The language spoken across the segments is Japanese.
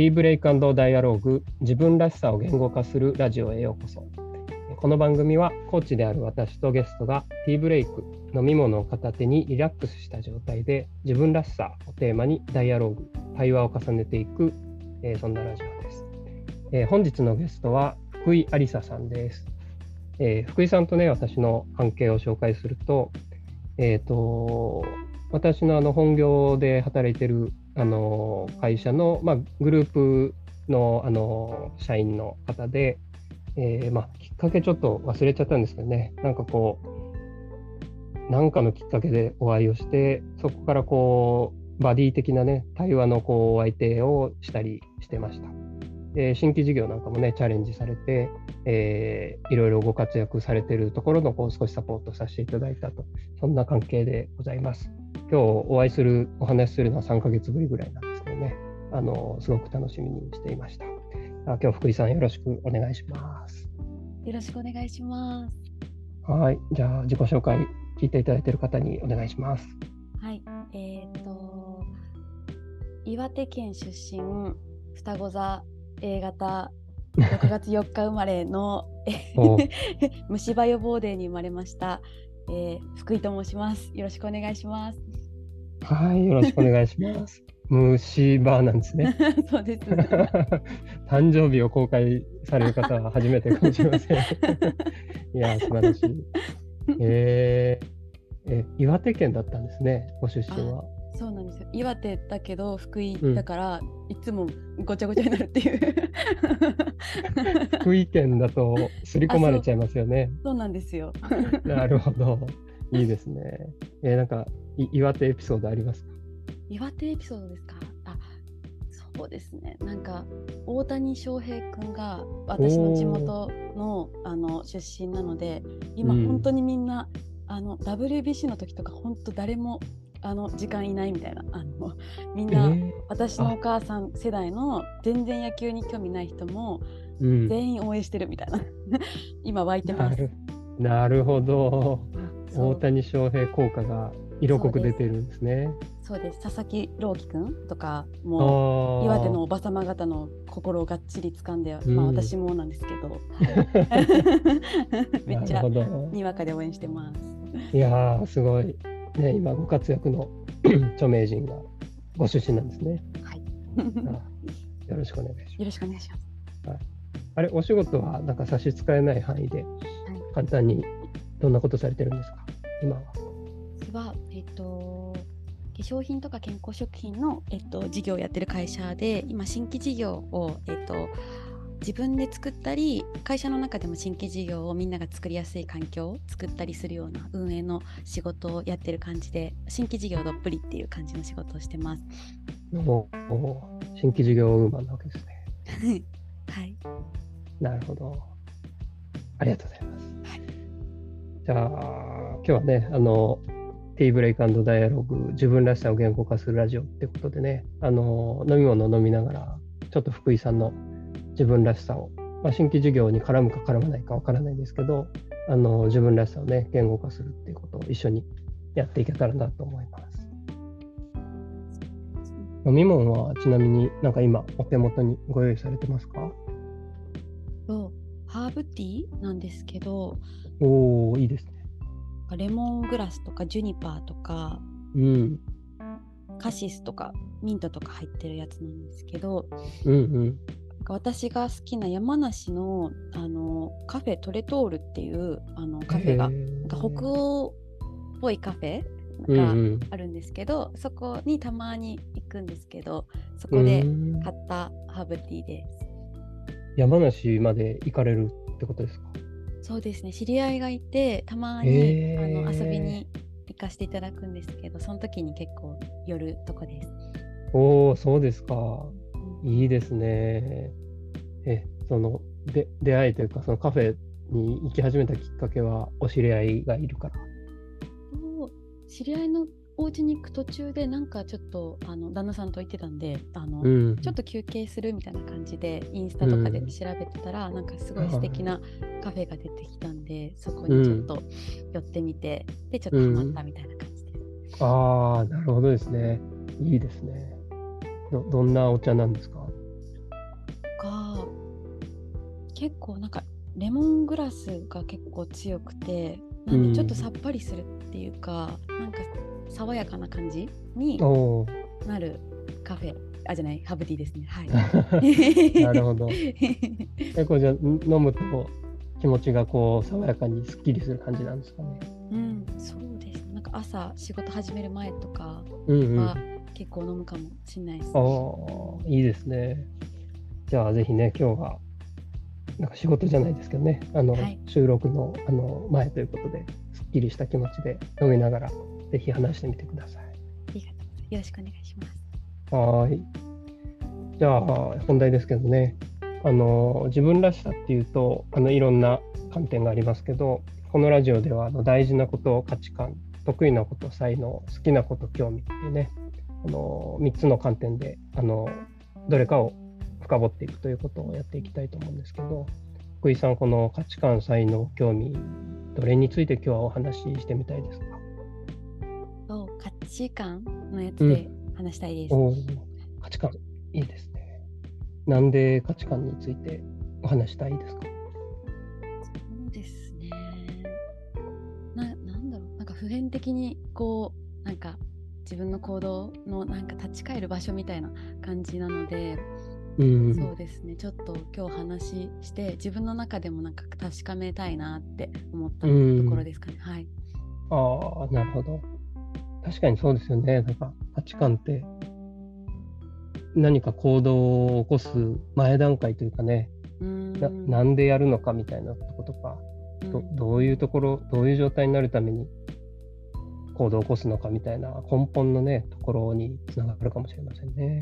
ティーブレイク&ダイアローグ、自分らしさを言語化するラジオへようこそ。この番組はコーチである私とゲストがティーブレイク、飲み物を片手にリラックスした状態で自分らしさをテーマにダイアローグ、対話を重ねていく、そんなラジオです。本日のゲストは福井ありささんです。福井さんとね、私の関係を紹介すると、私の本業で働いている会社の、グループの、社員の方で、きっかけちょっと忘れちゃったんですけどね、なんかのきっかけでお会いをして、そこからバディ的なね、対話のお相手をしたりしてました。新規事業なんかもね、チャレンジされて、いろいろご活躍されているところの少しサポートさせていただいたと、そんな関係でございます。今日お話しするのは3ヶ月ぶりぐらいなんですけどね、すごく楽しみにしていました。今日福井さんよろしくお願いします。 よろしくお願いします。 はい、じゃあ自己紹介聞いていただいている方にお願いします。 はい、岩手県出身、双子座 A 型6月4日生まれの虫歯予防デーに生まれました、福井と申します。よろしくお願いします。 はい、よろしくお願いします。虫歯なんですね。 そうです。 誕生日を公開される方は初めてかもしれません。いや、素晴らしい。岩手県だったんですね、ご出身は。 そうなんですよ。岩手だけど福井だから、いつもごちゃごちゃになるっていう。 福井県だと刷り込まれちゃいますよね。 そうなんですよ。 なるほど。いいですね。なんか岩手エピソードありますか？ 岩手エピソードですか？そうですね。なんか大谷翔平君が私の地元の出身なので、今本当にみんなWBC の時とか本当誰も時間いないみたいな、みんな、私のお母さん世代の全然野球に興味ない人も、全員応援してるみたいな今湧いてます。 なるほど。大谷翔平効果が色濃く出てるんですね。 そうです。佐々木朗希君とかも岩手のおばさま方の心をがっちり掴んで、私もなんですけど、めっちゃにわかで応援してます。 いやー、すごいね、今ご活躍の著名人がご出身なんですね。 はい。 よろしくお願いします。 よろしくお願いします。 はい、あれ、お仕事はなんか差し支えない範囲で、簡単にどんなことされてるんですか、今は。 化粧品とか健康食品の、事業をやってる会社で、今新規事業を、自分で作ったり、会社の中でも新規事業をみんなが作りやすい環境を作ったりするような運営の仕事をやってる感じで、新規事業どっぷりっていう感じの仕事をしてます。 新規事業ウーマンなわけですね。 はい。 なるほど。ありがとうございます。 はい、 じゃあ今日はね、ティーブレイク&ダイアログ、自分らしさを言語化するラジオってことでね、飲み物を飲みながら、ちょっと福井さんの自分らしさを、新規事業に絡むか絡まないかわからないんですけど、自分らしさをね、言語化するっていうことを一緒にやっていけたらなと思います。飲み物はちなみになんか今お手元にご用意されてますか？ ハーブティーなんですけど、 いいですね。 レモングラスとかジュニパーとか、カシスとかミントとか入ってるやつなんですけど、私が好きな山梨の、カフェトレトールっていうカフェが北欧っぽいカフェがあるんですけど、そこにたまに行くんですけど、そこで買ったハーブティーです。 山梨まで行かれるってことですか？ そうですね。知り合いがいて、たまに、遊びに行かせていただくんですけど、その時に結構寄るとこです。 そうですか。いいですね。出会いというか、そのカフェに行き始めたきっかけはお知り合いがいるから。 知り合いのお家に行く途中でなんかちょっと旦那さんと言ってたんで、ちょっと休憩するみたいな感じでインスタとかで調べてたら、なんかすごい素敵なカフェが出てきたんで、そこにちょっと寄ってみて、でちょっとハマったみたいな感じです。 なるほどですね。いいですね。どんなお茶なんですか？ 結構なんかレモングラスが結構強くて、なんでちょっとさっぱりするっていうか、なんか爽やかな感じになるカフェ、じゃない、ハーブティーですね。はい。 なるほど。結構じゃあ飲むと気持ちがこう爽やかにすっきりする感じなんですかね。 そうです。なんか朝仕事始める前とかは結構飲むかもしれないです。 いいですね。じゃあぜひね、今日はなんか仕事じゃないですけどね、収録の前ということで、すっきりした気持ちで飲みながら、ぜひ話してみてください。 ありがとうございます。よろしくお願いします。 はい。じゃあ、本題ですけどね、自分らしさっていうと、いろんな観点がありますけど、このラジオでは大事なこと、価値観、得意なこと、才能、好きなこと、興味っていうね、3つの観点で、どれかを深掘っていくということをやっていきたいと思うんですけど、福井さん、この価値観、才能、興味、どれについて今日はお話ししてみたいですか？ 価値観のやつで話したいです。 価値観、いいですね。なんで価値観についてお話したいですか？ そうですね。なんだろう、なんか普遍的にこうなんか自分の行動のなんか立ち返る場所みたいな感じなので、そうですね。ちょっと今日話して自分の中でもなんか確かめたいなって思ったところですかね。はい。 なるほど。確かにそうですよね。なんか価値観って何か行動を起こす前段階というかね、なんでやるのかみたいなこととか、どういうところ、どういう状態になるために行動を起こすのかみたいな根本のね、ところにつながるかもしれませんね。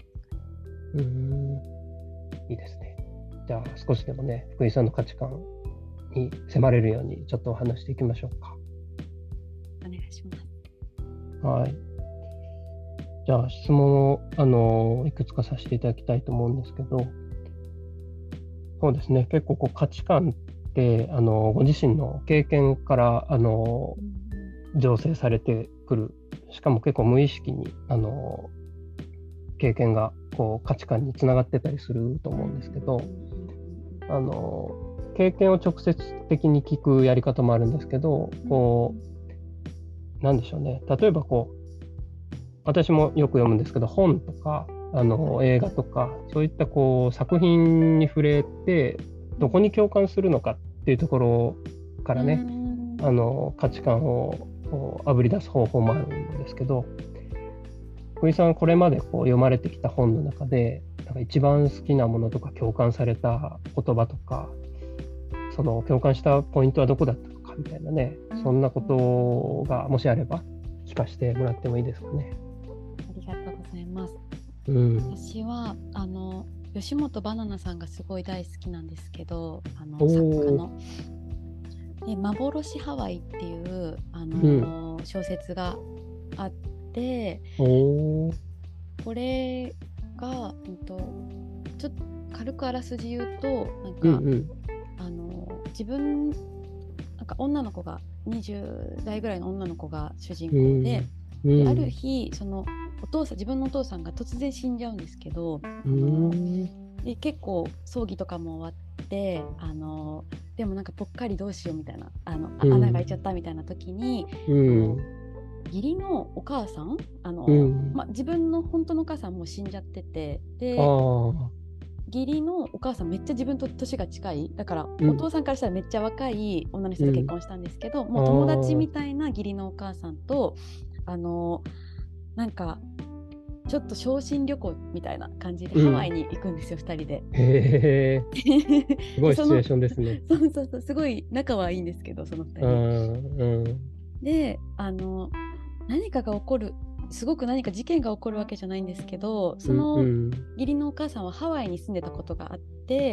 いいですね。じゃあ少しでもね、福井さんの価値観に迫れるようにちょっとお話していきましょうか。 お願いします。 はい。じゃあ質問をいくつかさせていただきたいと思うんですけど、そうですね、結構こう価値観ってご自身の経験から醸成されてくる、しかも結構無意識に経験がこう価値観につながってたりすると思うんですけど、経験を直接的に聞くやり方もあるんですけど、こうなんでしょうね、例えばこう私もよく読むんですけど、本とか映画とかそういったこう作品に触れてどこに共感するのかっていうところからね、価値観をあぶり出す方法もあるんですけど、福井さんこれまでこう読まれてきた本の中でなんか一番好きなものとか共感された言葉とか、その共感したポイントはどこだったのかみたいなね、そんなことがもしあれば聞かせてもらってもいいですかね。 ありがとうございます。私は吉本ばななさんがすごい大好きなんですけど、作家ので幻ハワイっていう小説があって、これが、ちょっと軽くあらすじ言うと、なんか、自分なんか女の子が20代ぐらいの女の子が主人公で、ある日その自分のお父さんが突然死んじゃうんですけど、で結構葬儀とかも終わってでもなんかぽっかりどうしようみたいな穴が開いちゃったみたいな時に、義理のお母さん自分の本当のお母さんも死んじゃってて、で義理のお母さんめっちゃ自分と年が近い、だからお父さんからしたらめっちゃ若い女の人と結婚したんですけど、もう友達みたいな義理のお母さんとなんかちょっと昇進旅行みたいな感じでハワイに行くんですよ、2人で。 へーすごいシチュエーションですね。 そうすごい仲はいいんですけど、その2人で何かが起こる、すごく何か事件が起こるわけじゃないんですけど、その義理のお母さんはハワイに住んでたことがあって、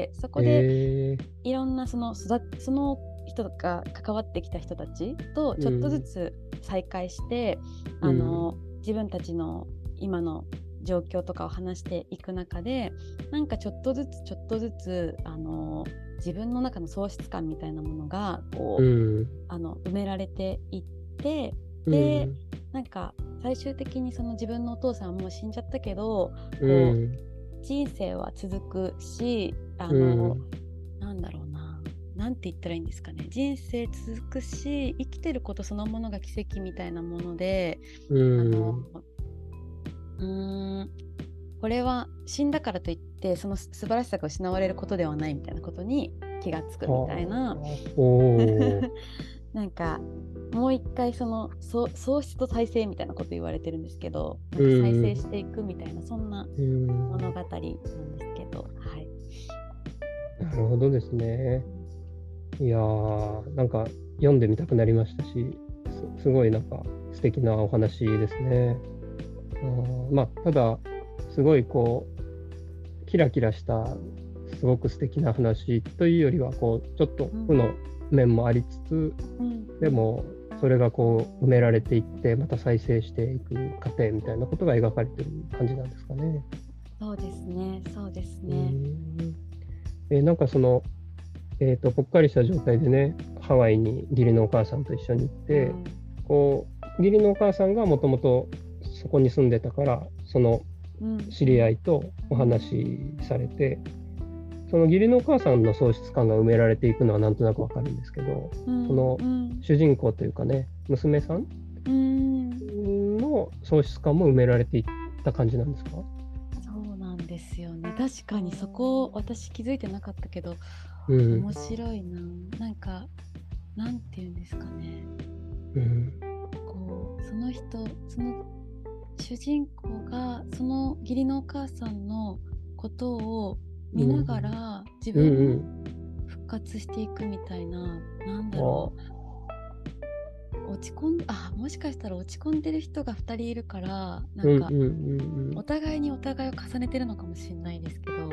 そこでいろんなその人が関わってきた人たちとちょっとずつ再会して、自分たちの今の状況とかを話していく中で、なんかちょっとずつ自分の中の喪失感みたいなものがこう、埋められていって、で、なんか最終的にその自分のお父さんはもう死んじゃったけど、こう人生は続くし、 なんだろうな、なんて言ったらいいんですかね、人生続くし生きてることそのものが奇跡みたいなもので、これは死んだからといってその素晴らしさが失われることではないみたいなことに気がつくみたいななんかもう一回喪失と再生みたいなこと言われてるんですけど、なんか再生していくみたいな、そんな物語なんですけど、はい。 なるほどですね。いやー、なんか読んでみたくなりましたし、すごいなんか素敵なお話ですね。まあ、ただ、すごいこう、キラキラした、すごく素敵な話というよりは、こう、ちょっと負の面もありつつ、でも、それがこう、埋められていって、また再生していく過程みたいなことが描かれてる感じなんですかね。 そうですね、そうですね。 なんかぽっかりした状態でね、ハワイに義理のお母さんと一緒に行って、こう義理のお母さんがもともとそこに住んでたから、その知り合いとお話しされて、その義理のお母さんの喪失感が埋められていくのはなんとなくわかるんですけど、その主人公というかね、娘さんの喪失感も埋められていった感じなんですか？ そうなんですよね。確かにそこ私気づいてなかったけど、面白いな。なんかなんていうんですかね、こうその主人公がその義理のお母さんのことを見ながら自分も復活していくみたいな、なんだろう、もしかしたら落ち込んでる人が2人いるから、なんかお互いにお互いを重ねてるのかもしれないですけど、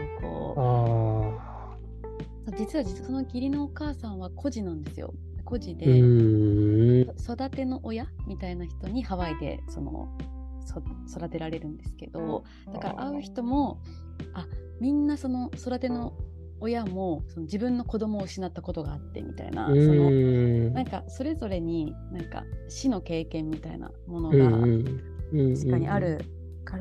実はその義理のお母さんは孤児なんですよ。孤児で育ての親みたいな人にハワイで育てられるんですけど、だから会う人もみんなその育ての親もその自分の子供を失ったことがあってみたいな、なんかそれぞれになんか死の経験みたいなものが確かにあるから、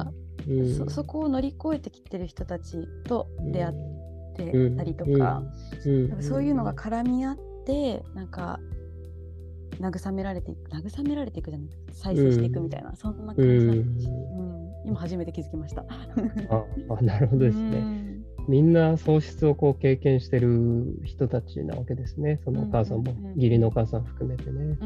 そこを乗り越えてきてる人たちと出会ってたりとか、そういうのが絡み合ってなんか慰められていくじゃなくて再生していくみたいな、そんな感じなんです。今初めて気づきました。 なるほどですね。みんな喪失をこう経験してる人たちなわけですね。そのお母さんも、義理のお母さん含めてね。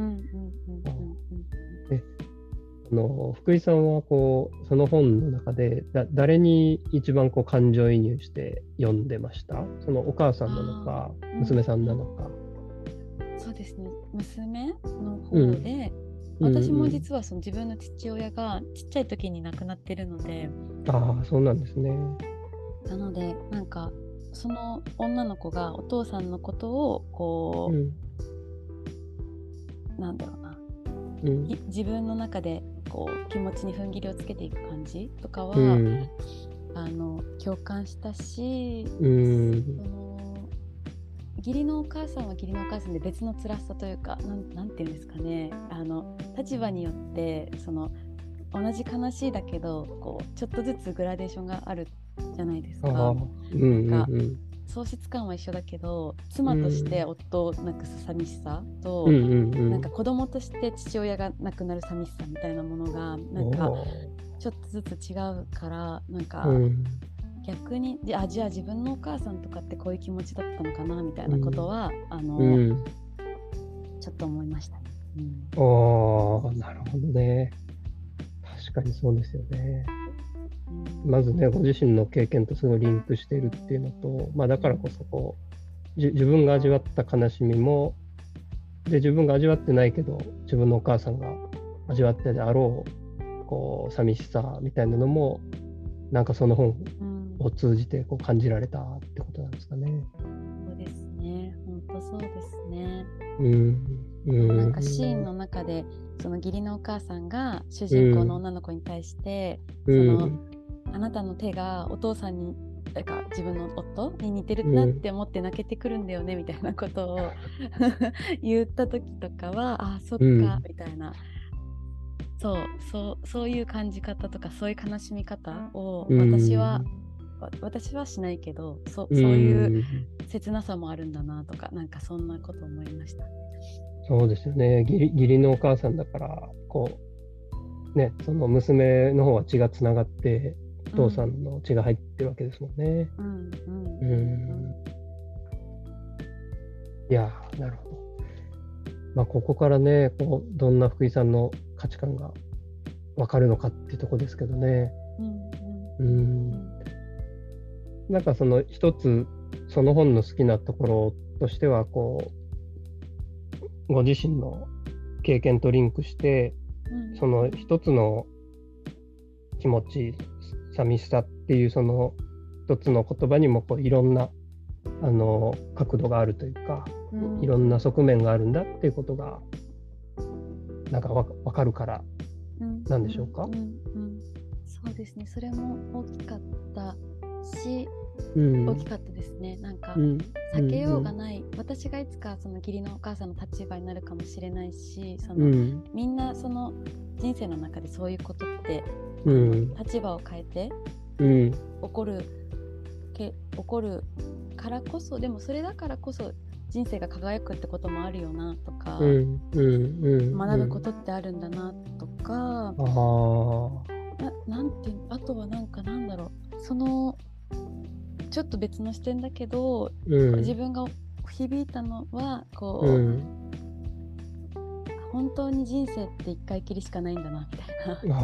福井さんはこうその本の中で誰に一番こう感情移入して読んでました？そのお母さんなのか娘さんなのか。 そうですね、娘の方で、私も実はその自分の父親がちっちゃい時に亡くなってるので。 そうなんですね。 なのでなんかその女の子がお父さんのことをこう、なんだろうな、自分の中でこう気持ちに踏ん切りをつけていく感じとかは、共感したし、義理のお母さんは義理のお母さんで別の辛さというか、なんていうんですかね、立場によって同じ悲しいだけどこうちょっとずつグラデーションがあるじゃないですか。なんか喪失感は一緒だけど、妻として夫を亡くす寂しさと、なんか子供として父親が亡くなる寂しさみたいなものがなんかちょっとずつ違うから、なんか逆にじゃあ自分のお母さんとかってこういう気持ちだったのかなみたいなことは、ちょっと思いましたね。 なるほどね。確かにそうですよね。まずね、ご自身の経験とすごいリンクしているっていうのと、だからこそこう自分が味わった悲しみもで、自分が味わってないけど自分のお母さんが味わってであろうこう寂しさみたいなのもなんかその本を通じてこう感じられたってことなんですかね。 そうですね、本当そうですね。なんかシーンの中でその義理のお母さんが主人公の女の子に対して、あなたの手がお父さんに自分の夫に似てるなって思って泣けてくるんだよねみたいなことを言った時とかはそっかみたいな、そういう感じ方とかそういう悲しみ方を私は私はしないけど、そういう切なさもあるんだなとか、なんかそんなこと思いました。 そうですよね。義理のお母さんだから、こう、ね、その娘の方は血がつながって、お父さんの血が入ってるわけですもんね。いやー、なるほど。まあ、ここからね、こうどんな福井さんの価値観が分かるのかっていうところですけどね。なんかその一つ、その本の好きなところとしては、こう、ご自身の経験とリンクして、その一つの気持ち、寂しさっていうその一つの言葉にもこういろんな角度があるというか、いろんな側面があるんだっていうことがなんか分かるからなんでしょうか。 そうですね、それも大きかったし、大きかったですね。なんか避けようがない、私がいつかその義理のお母さんの立場になるかもしれないし、そのみんなその人生の中でそういうことって立場を変えて起こるからこそ、でもそれだからこそ人生が輝くってこともあるよなとか、学ぶことってあるんだなとか、なんて、あとはなんかなんだろう、そのちょっと別の視点だけど、自分が響いたのはこう、本当に人生って一回きりしかないんだなみたい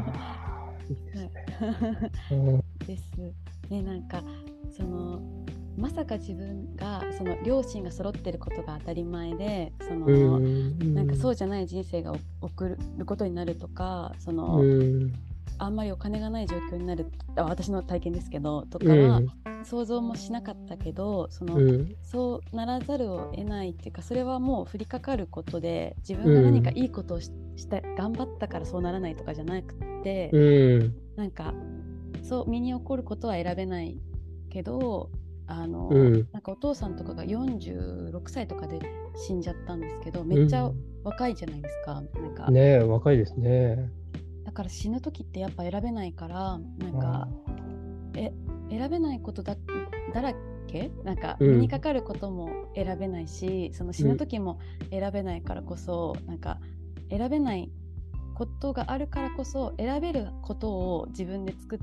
なですね。なんかそのまさか自分がその両親が揃ってることが当たり前で、そのなんかそうじゃない人生が送ることになるとか、そのあんまりお金がない状況になる、私の体験ですけどとかは想像もしなかったけど、そうならざるを得ないっていうか、それはもう降りかかることで、自分が何かいいことをして頑張ったからそうならないとかじゃなくて、なんかそう身に起こることは選べないけど、なんかお父さんとかが46歳とかで死んじゃったんですけど、めっちゃ若いじゃないですか。なんかね、若いですね。 だから死ぬ時ってやっぱ選べないから、なんか選べないことだらけ、なんか身にかかることも選べないし、その死ぬ時も選べないからこそ、なんか選べないことがあるからこそ選べることを自分で作って、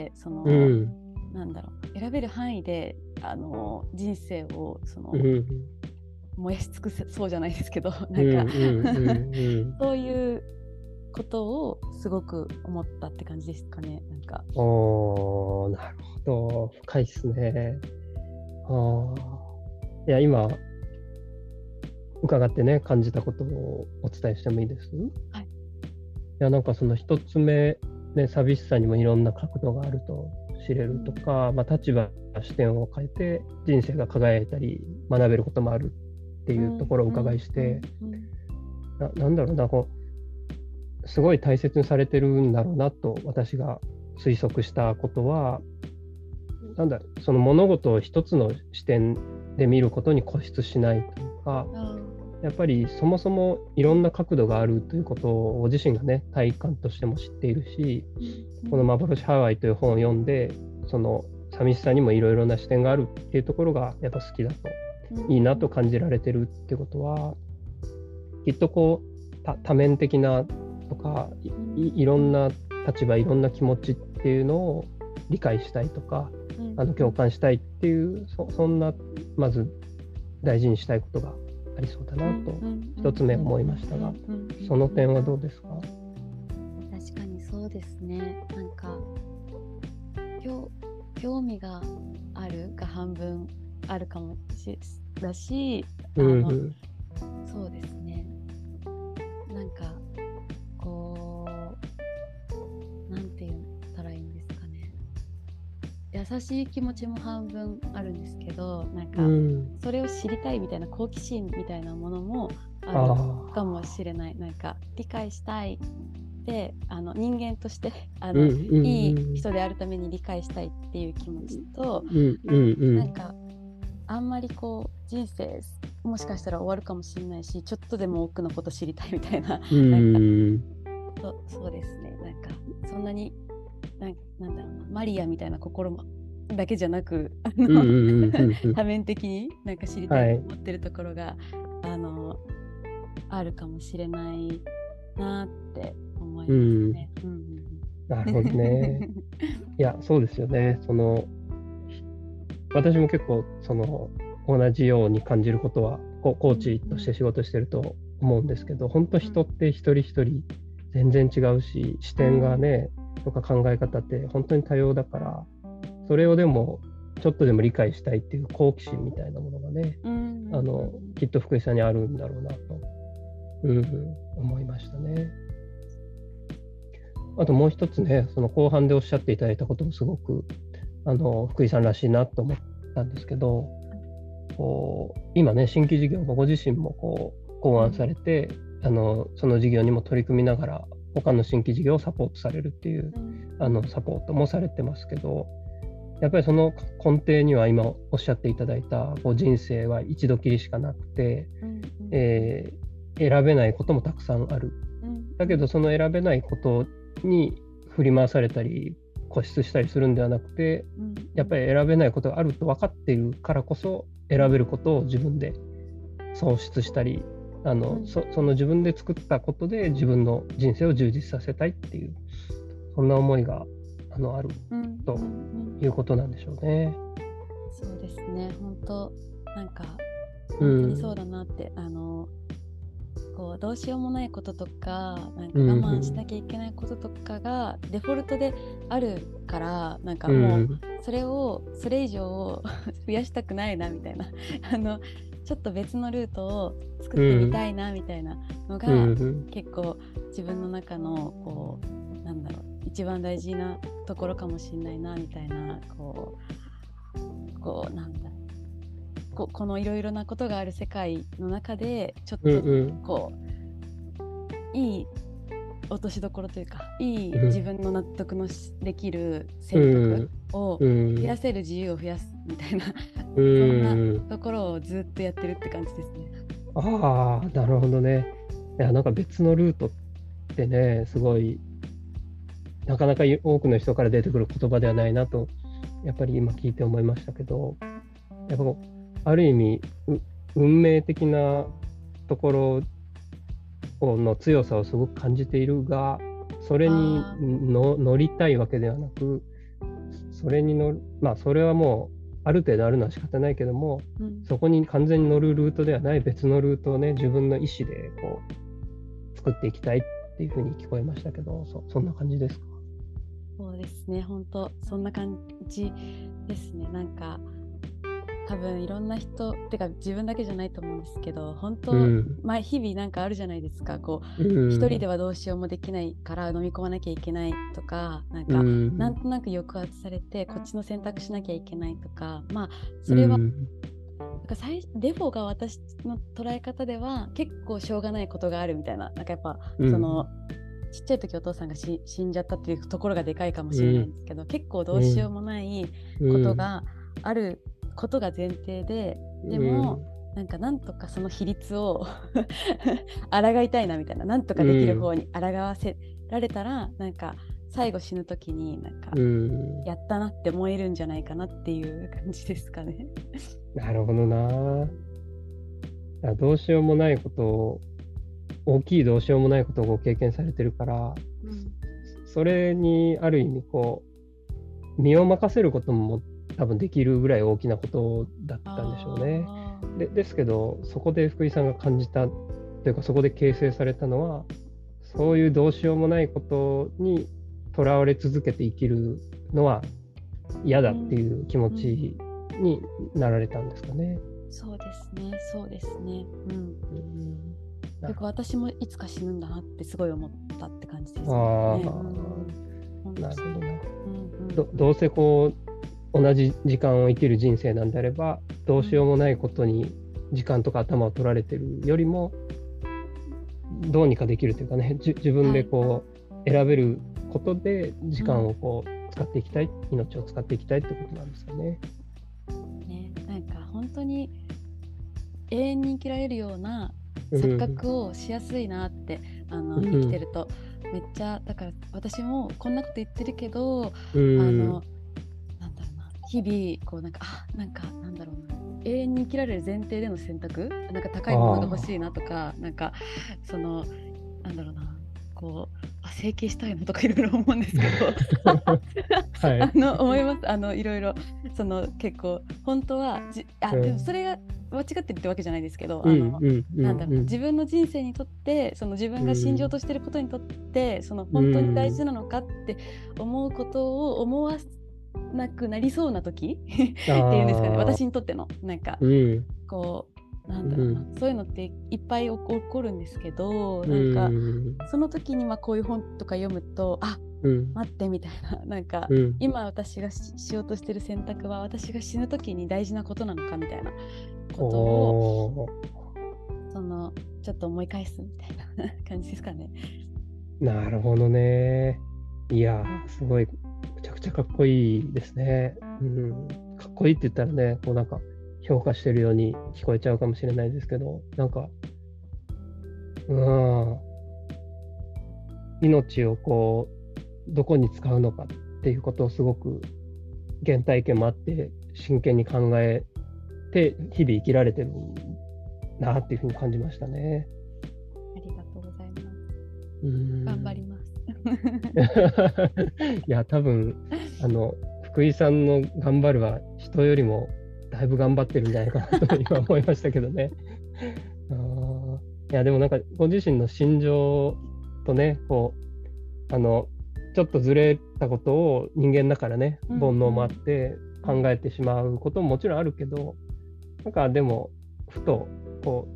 その、なんだろう、選べる範囲で人生をその、燃やし尽くせそうじゃないですけど、なんかそういうことをすごく思ったって感じですかね。なんかなるほど、深いですね。いや、今伺ってね、感じたことをお伝えしてもいいです？ はい。いや、なんかその一つ目、ね、寂しさにもいろんな角度があると知れるとか、立場、視点を変えて人生が輝いたり学べることもあるっていうところをお伺いして、なんだろうな、こうすごい大切にされてるんだろうなと私が推測したことは、その物事を一つの視点で見ることに固執しないというか、やっぱりそもそもいろんな角度があるということをご自身がね、体感としても知っているし、この幻ハワイという本を読んで、その寂しさにもいろいろな視点があるっていうところがやっぱ好きだと、いいなと感じられてるってことは、きっとこう多面的なとか いろんな立場、いろんな気持ちっていうのを理解したいとか、共感したいっていう、そんなまず大事にしたいことがありそうだなと一つ目思いましたが、その点はどうですか？ 確かにそうですね。なんか興味があるが半分あるかもだし、そうですね。なんかこう、なんて言ったらいいんですかね。優しい気持ちも半分あるんですけど、なんかそれを知りたいみたいな好奇心みたいなものもあるかもしれない。なんか理解したいで、人間としていい人であるために理解したいっていう気持ちと、なんかあんまりこう人生もしかしたら終わるかもしれないし、ちょっとでも多くのこと知りたいみたいな、そうですね。なんかそんなになんだろうな、マリアみたいな心もだけじゃなく多面的になんか知りたいと思ってるところが、あるかもしれないなって思いますね。 なるほどね。いや、そうですよね。私も結構同じように感じることはコーチとして仕事してると思うんですけど、本当人って一人一人全然違うし、視点がね、とか考え方って本当に多様だから、それをでもちょっとでも理解したいっていう好奇心みたいなものがね、きっと福井さんにあるんだろうなと、思いましたね。あともう一つね、その後半でおっしゃっていただいたこともすごく福井さんらしいなと思ったんですけど、今ね、新規事業もご自身も考案されて、その事業にも取り組みながら他の新規事業をサポートされるっていう、サポートもされてますけど、やっぱりその根底には今おっしゃっていただいた人生は一度きりしかなくて、選べないこともたくさんある。だけどその選べないことに振り回されたり固執したりするんではなくて、やっぱり選べないことがあると分かっているからこそ選べることを自分で創出したり、その自分で作ったことで自分の人生を充実させたいっていう、そんな思いがあるということなんでしょうね。 そうですね、本当なんか本当にそうだなって、どうしようもないこととか、なんか我慢しなきゃいけないこととかがデフォルトであるから、なんかもうそれ以上増やしたくないなみたいなちょっと別のルートを作ってみたいなみたいなのが、結構自分の中のなんだろう、一番大事なところかもしれないなみたいな、なんだろう、このいろいろなことがある世界の中でちょっといい落としどころというか、いい自分の納得のできる選択を増やせる自由を増やすみたいな、そんなところをずっとやってるって感じですね。 ああ、なるほどね。いや、なんか別のルートってね、すごいなかなか多くの人から出てくる言葉ではないなと、やっぱり今聞いて思いましたけど、やっぱある意味運命的なところの強さをすごく感じているが、それに乗りたいわけではなく、それはもうある程度あるのは仕方ないけども、そこに完全に乗るルートではない別のルートをね、自分の意思で作っていきたいっていうふうに聞こえましたけど、そんな感じですか？ そうですね、本当そんな感じですね。なんか多分いろんな人ってか自分だけじゃないと思うんですけど、本当、日々なんかあるじゃないですか。一人ではどうしようもできないから飲み込まなきゃいけないとか、なんとなく抑圧されてこっちの選択しなきゃいけないとか、それは、デフォが私の捉え方では結構しょうがないことがあるみたいな、なんかやっぱちっちゃい時お父さんが死んじゃったっていうところがでかいかもしれないんですけど、結構どうしようもないことがあることが前提で、でもなんとかその比率を抗いたいなみたいな、なんとかできる方に抗わせられたら、なんか最後死ぬ時になんかやったなって思えるんじゃないかなっていう感じですかね。 なるほどな。どうしようもないことを、大きいどうしようもないことをご経験されてるから、それにある意味身を任せることも多分できるぐらい大きなことだったんでしょうね。ですけど、そこで福井さんが感じたというか、そこで形成されたのは、そういうどうしようもないことにとらわれ続けて生きるのは嫌だっていう気持ちになられたんですかね。 そうですね。私もいつか死ぬんだなってすごい思ったって感じですね。 なるほどな。どうせ同じ時間を生きる人生なんであれば、どうしようもないことに時間とか頭を取られてるよりも、どうにかできるというかね、自分で選べることで時間を使っていきたい、命を使っていきたいってことなんですよね。 なんか本当に永遠に生きられるような錯覚をしやすいなって、生きてるとめっちゃ、だから私もこんなこと言ってるけど、なんだろうな、 日々こうなんかなんだろうな、永遠に生きられる前提での選択、なんか高いものが欲しいなとか、なんかそのなんだろうな、こう整形したいのとかいろいろ思うんですけどはい。 思います。いろいろ結構本当はでもそれが間違ってるってわけじゃないですけど、なんだろうな、自分の人生にとって自分が信条としてることにとって本当に大事なのかって思うことを思わなくなりそうな時っていうんですかね、私にとってのなんか、こうなんだろうな、そういうのっていっぱい起こるんですけど、なんかその時にこういう本とか読むと待ってみたいな、なんか、今私がしようとしてる選択は私が死ぬ時に大事なことなのかみたいなことをちょっと思い返すみたいな感じですかね。 なるほどね。いやすごいめちゃくちゃかっこいいですね。かっこいいって言ったらね、こうなんか評価してるように聞こえちゃうかもしれないですけど、なんか命をこうどこに使うのかっていうことをすごく原体験もあって真剣に考えて日々生きられてるなっていうふうに感じましたね。 ありがとうございます。頑張ります。 いや多分福井さんの頑張るは人よりもだいぶ頑張ってるんじゃないかなと今思いましたけどね。いやでもなんかご自身の心情とね、こうちょっとずれたことを人間だからね、煩悩もあって考えてしまうことももちろんあるけど、なんかでもふとこ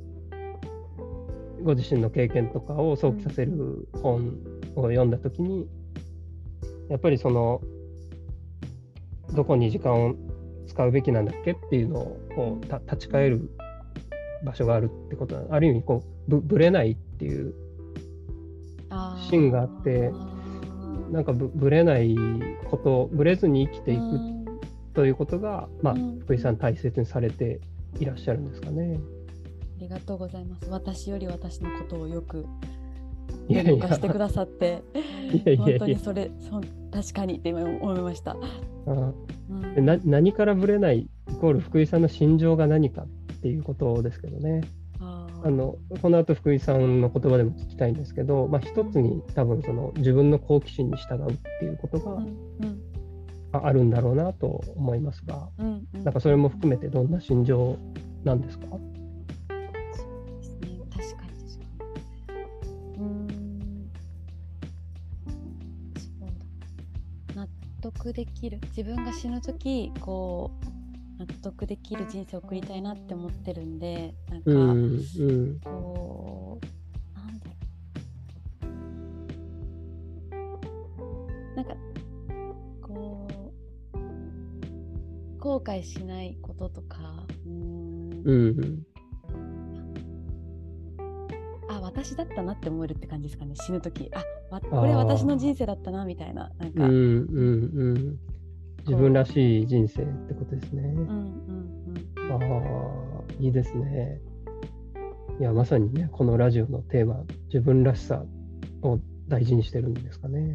うご自身の経験とかを想起させる本を読んだときに、やっぱりどこに時間を使うべきなんだっけっていうのをこう立ち返る場所があるってことは、ある意味こうぶれないっていう芯があって、なんかぶれないこと、ぶれずに生きていくということが、福井さん大切にされていらっしゃるんですかね。 ありがとうございます。私より私のことをよく言語化してくださって本当に確かにって今思いました。 何からぶれないイコール福井さんの心情が何かっていうことですけどね。この後福井さんの言葉でも聞きたいんですけど、一つに多分自分の好奇心に従うっていうことがあるんだろうなと思いますが、なんかそれも含めてどんな心情なんですか？ 納得できる、自分が死ぬ時こう納得できる人生を送りたいなって思ってるんで、なんか、こうなんだろう、なんかこう後悔しないこととか、私だったなって思えるって感じですかね、死ぬ時。これ私の人生だったなみたいな、なんか自分らしい人生ってことですね。いいですね。いやまさにね、このラジオのテーマ、自分らしさを大事にしてるんですかね。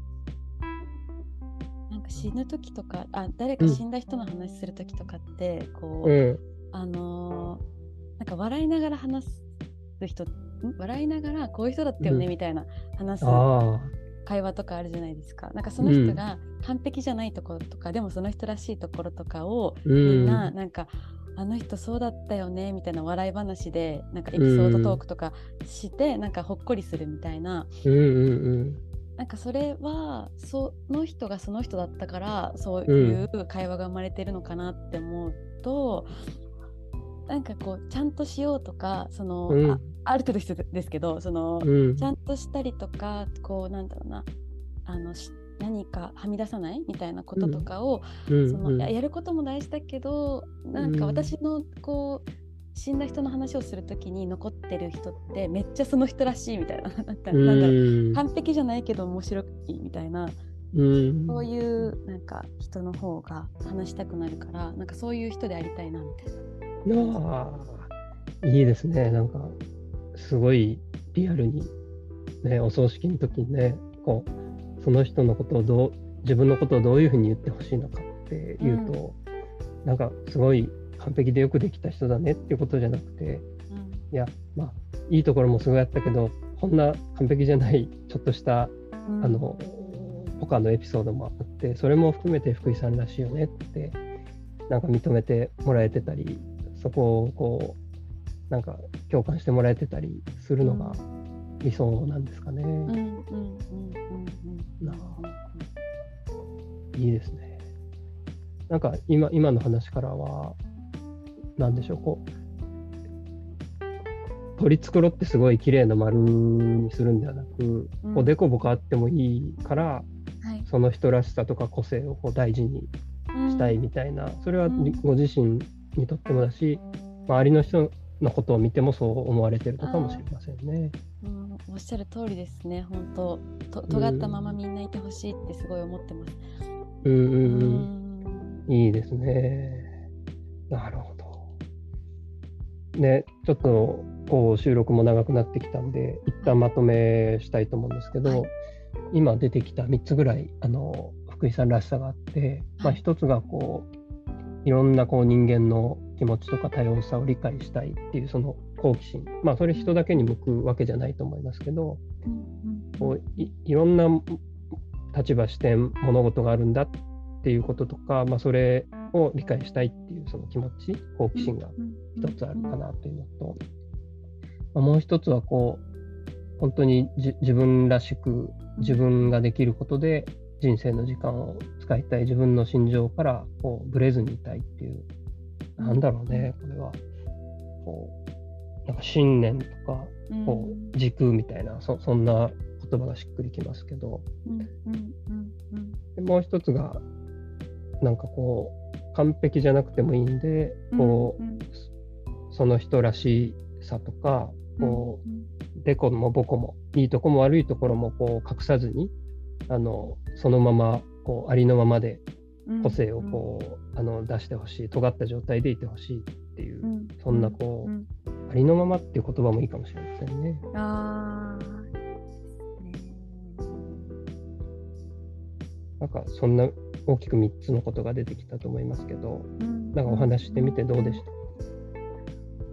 なんか死ぬ時とか、誰か死んだ人の話する時とかってこう、なんか笑いながら話す人、笑いながらこういう人だったよねみたいな話す会話とかあるじゃないですか。なんかその人が完璧じゃないところとか、でもその人らしいところとかをみんななんかあの人そうだったよねみたいな笑い話でなんかエピソードトークとかしてなんかほっこりするみたいな、なんかそれはその人がその人だったからそういう会話が生まれてるのかなって思うと、なんかこうちゃんとしようとかある程度必要ですけど、ちゃんとしたりとか、こうなんだろうな、何かはみ出さないみたいなこととかを、やることも大事だけど、なんか私のこう死んだ人の話をするときに残ってる人ってめっちゃその人らしいみたいな、なんだろう、完璧じゃないけど面白いみたいな、そういうなんか人の方が話したくなるから、なんかそういう人でありたいなみたいな。 いいですね。なんかすごいリアルにね、お葬式の時にね、こうその人のことを自分のことをどういうふうに言ってほしいのかっって言うと、なんかすごい完璧でよくできた人だねっていうことじゃなくて、いや、まあいいところもすごいあったけど、こんな完璧じゃないちょっとした他のエピソードもあって、それも含めて福井さんらしいよねってなんか認めてもらえてたり、そこをこうなんか共感してもらえてたりするのが理想なんですかね。いいですね。なんか今の話からは何でしょう、こう取り繕ってすごい綺麗な丸にするんではなく、こうデコボコあってもいいから、その人らしさとか個性をこう大事にしたいみたいな、それはご自身にとってもだし、周りの人のことを見てもそう思われてるのかもしれませんね。 おっしゃる通りですね。本当尖ったままみんないてほしいってすごい思ってます。 いいですね。なるほど。ね、ちょっとこう収録も長くなってきたんで、一旦まとめしたいと思うんですけど、今出てきた3つぐらい福井さんらしさがあって、一つがこういろんなこう人間の気持ちとか多様さを理解したいっていうその好奇心、それ人だけに向くわけじゃないと思いますけど、こう いろんな立場視点物事があるんだっていうこととか、それを理解したいっていうその気持ち、好奇心が一つあるかなというのと、もう一つはこう本当に自分らしく自分ができることで人生の時間を使いたい、自分の心情からこうブレずにいたいっていう、なんだろうね、これはこうなんか信念とかこう軸みたいな、そんな言葉がしっくりきますけど、でもう一つがなんかこう完璧じゃなくてもいいんで、こうその人らしさとか、こうデコもボコもいいとこも悪いところもこう隠さずにそのままこうありのままで個性をこう出してほしい、尖った状態でいてほしいっていう、そんなこうありのままっていう言葉もいいかもしれませんね。なんかそんな大きく3つのことが出てきたと思いますけど、なんかお話してみてどうでした？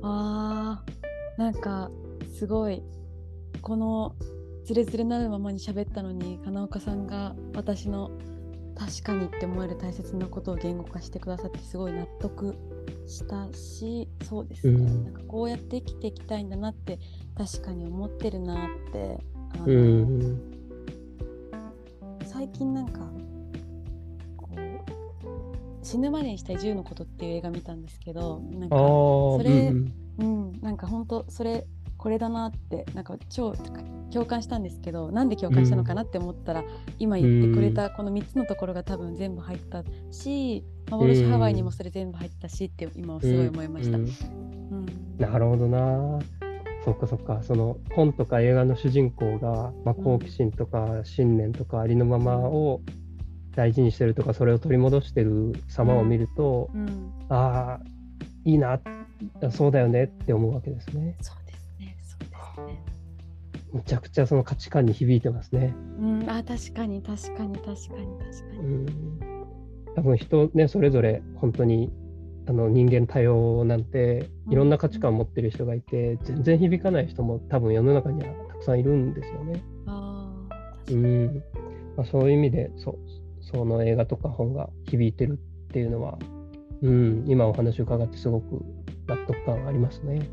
なんかすごいこのズレズレなるままに喋ったのに、金岡さんが私の確かにって思える大切なことを言語化してくださってすごい納得したし、そうですね、なんかこうやって生きていきたいんだなって確かに思ってるなって、最近なんかこう死ぬまでにしたい10のことっていう映画見たんですけど、なんかそれ、なんか本当それこれだなってなんか超共感したんですけど、なんで共感したのかなって思ったら、今言ってくれたこの3つのところが多分全部入ったし、幻ハワイにもそれ全部入ったしって今すごい思いました。 なるほどな。そっかそっか。その本とか映画の主人公が、好奇心とか信念とかありのままを大事にしてるとか、それを取り戻してる様を見ると、ああいいな、そうだよねって思うわけですね。 そうですね、そうですね。 むちゃくちゃその価値観に響いてますね。 確かに。 多分人ね、それぞれ本当に人間多様なんていろんな価値観を持ってる人がいて、全然響かない人も多分世の中にはたくさんいるんですよね。そういう意味でその映画とか本が響いてるっていうのは、今お話を伺ってすごく納得感ありますね。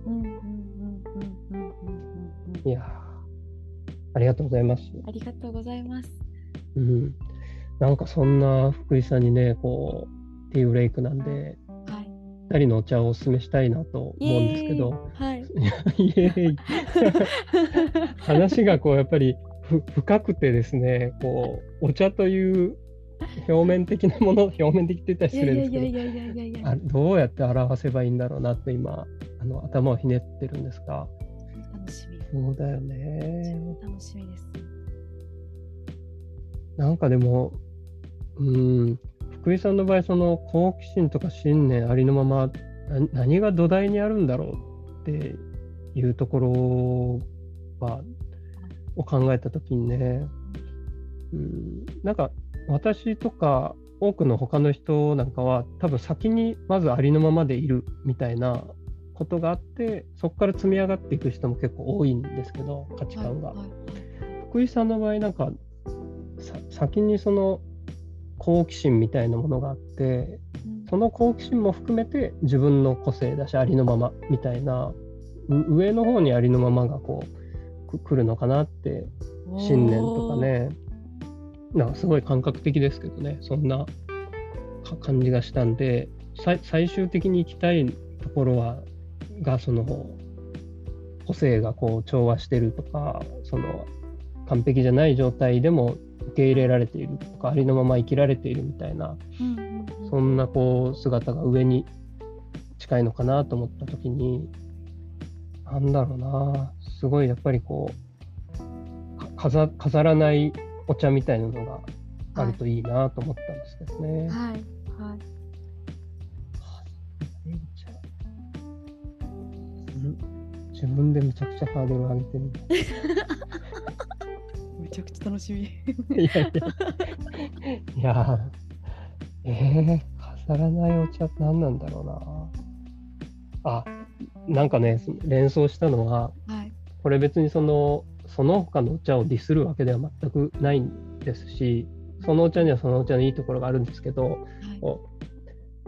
いやありがとうございます。 ありがとうございます。 なんかそんな福井さんにね、こうティーブレイクなんで、2人のお茶をおすすめしたいなと思うんですけど、イエーイ話がこうやっぱり深くてですね、こうお茶という表面的なもの、表面的って言ったら失礼ですけど、どうやって表せばいいんだろうなって今頭をひねってるんですが、 楽しみ。 そうだよね。 楽しみです。 なんかでも福井さんの場合、その好奇心とか信念ありのまま何が土台にあるんだろうっていうところを考えたときにね、なんか私とか多くの他の人なんかは多分先にまずありのままでいるみたいなことがあって、そこから積み上がっていく人も結構多いんですけど、価値観が。はいはいはい、福井さんの場合なんか先にその好奇心みたいなものがあって、その好奇心も含めて自分の個性だしありのままみたいな、上の方にありのままがこう来るのかなって、信念とかね、なんかすごい感覚的ですけどね、そんな感じがしたんで、最終的に行きたいところがその個性がこう調和してるとか、その完璧じゃない状態でも受け入れられているとか、ありのまま生きられているみたいな、そんなこう姿が上に近いのかなと思った時に、なんだろうな、すごいやっぱりこう飾らないお茶みたいなのがあるといいなと思ったんですけどね。 はいはい。 自分でめちゃくちゃハードル上げてる。 めちゃくちゃ楽しみ。 いや飾らないお茶って何なんだろうな。なんかね、連想したのは、はい、これ別にその他のお茶をディスるわけでは全くないんですし、そのお茶にはそのお茶のいいところがあるんですけど、はい、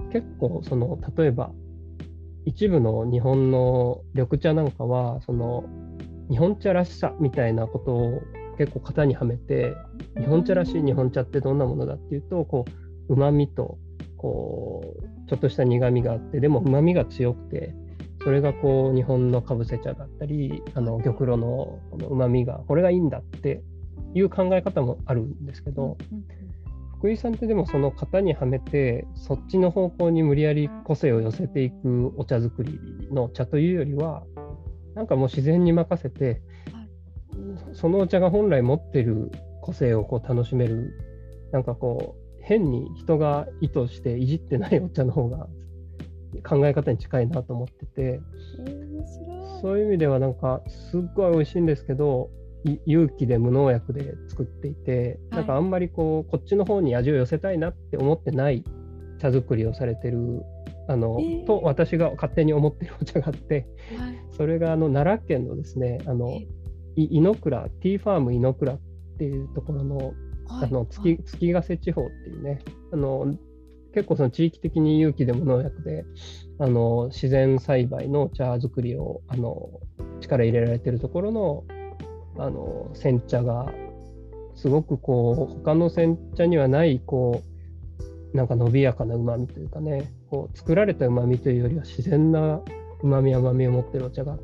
結構その例えば一部の日本の緑茶なんかはその日本茶らしさみたいなことを結構型にはめて、日本茶らしい日本茶ってどんなものだっていうと、こう旨味とこうちょっとした苦味があって、でも旨味が強くて、それがこう日本のかぶせ茶だったり玉露の旨味がこれがいいんだっていう考え方もあるんですけど、福井さんってでもその型にはめてそっちの方向に無理やり個性を寄せていくお茶作りの茶というよりは、なんかもう自然に任せて、そのお茶が本来持ってる個性をこう楽しめる、なんかこう変に人が意図していじってないお茶の方が考え方に近いなと思ってて、そういう意味ではなんかすっごい美味しいんですけど、有機で無農薬で作っていて、なんかあんまりこっちの方に味を寄せたいなって思ってない茶作りをされてると私が勝手に思ってるお茶があって、それが奈良県のですね、井の倉ティーファーム井の倉っていうところの、月ヶ瀬地方っていうね、結構その地域的に有機で無農薬で自然栽培の茶作りを力入れられてるところの煎茶がすごくこう他の煎茶にはないこうなんか伸びやかな旨味というかね、こう作られた旨味というよりは自然な旨味甘みを持ってるお茶があって、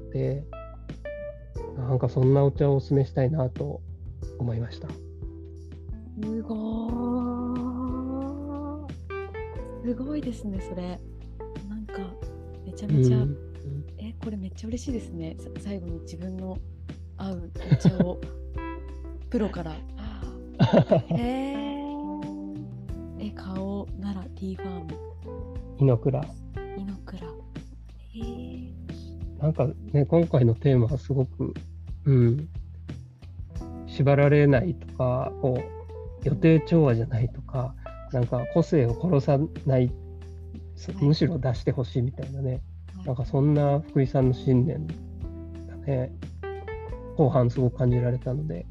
なんかそんなお茶をお勧めしたいなと思いました。 すごいですね、それ。なんかめちゃめちゃ、これめっちゃ嬉しいですね。最後に自分の合うお茶をプロから顔奈良ティーファーム井の倉なんかね、今回のテーマはすごく、縛られないとか、こう予定調和じゃないとか、なんか個性を殺さない、むしろ出してほしいみたいなね、なんかそんな福井さんの信念がね、後半すごく感じられたので、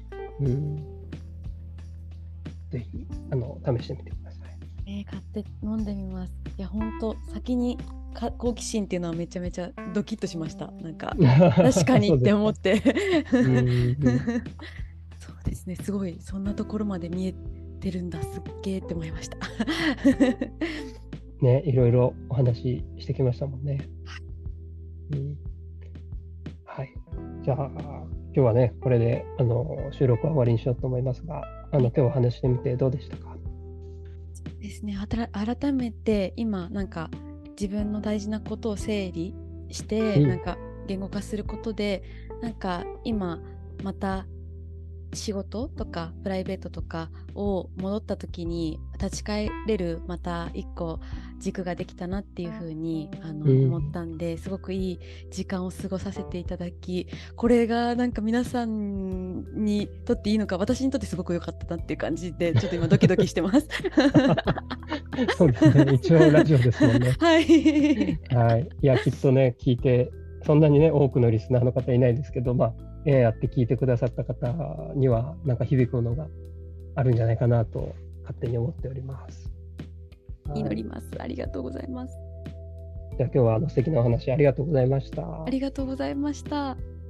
ぜひ試してみてください。 買って飲んでみます。いや本当先に好奇心っていうのはめちゃめちゃドキッとしました。なんか確かにって思ってそうですね、すごいそんなところまで見えてるんだ、すっげーって思いましたね、いろいろお話ししてきましたもんね。はい、じゃあ今日はねこれで収録は終わりにしようと思いますが、今日お話してみてどうでしたか？ そうですね、改めて今なんか自分の大事なことを整理して、なんか言語化することでなんか今また仕事とかプライベートとかを戻った時に立ち返れるまた一個軸ができたなっていう風に思ったんで、すごくいい時間を過ごさせていただき、これがなんか皆さんにとっていいのか、私にとってすごく良かったなっていう感じで、ちょっと今ドキドキしてますそうですね、一応ラジオですもんね。 はい、 はい、いやきっとね聞いてそんなにね多くのリスナーの方いないですけど、やって聞いてくださった方にはなんか響くものがあるんじゃないかなと勝手に思っております。 祈ります。ありがとうございます。 じゃあ今日は素敵なお話ありがとうございました。 ありがとうございました。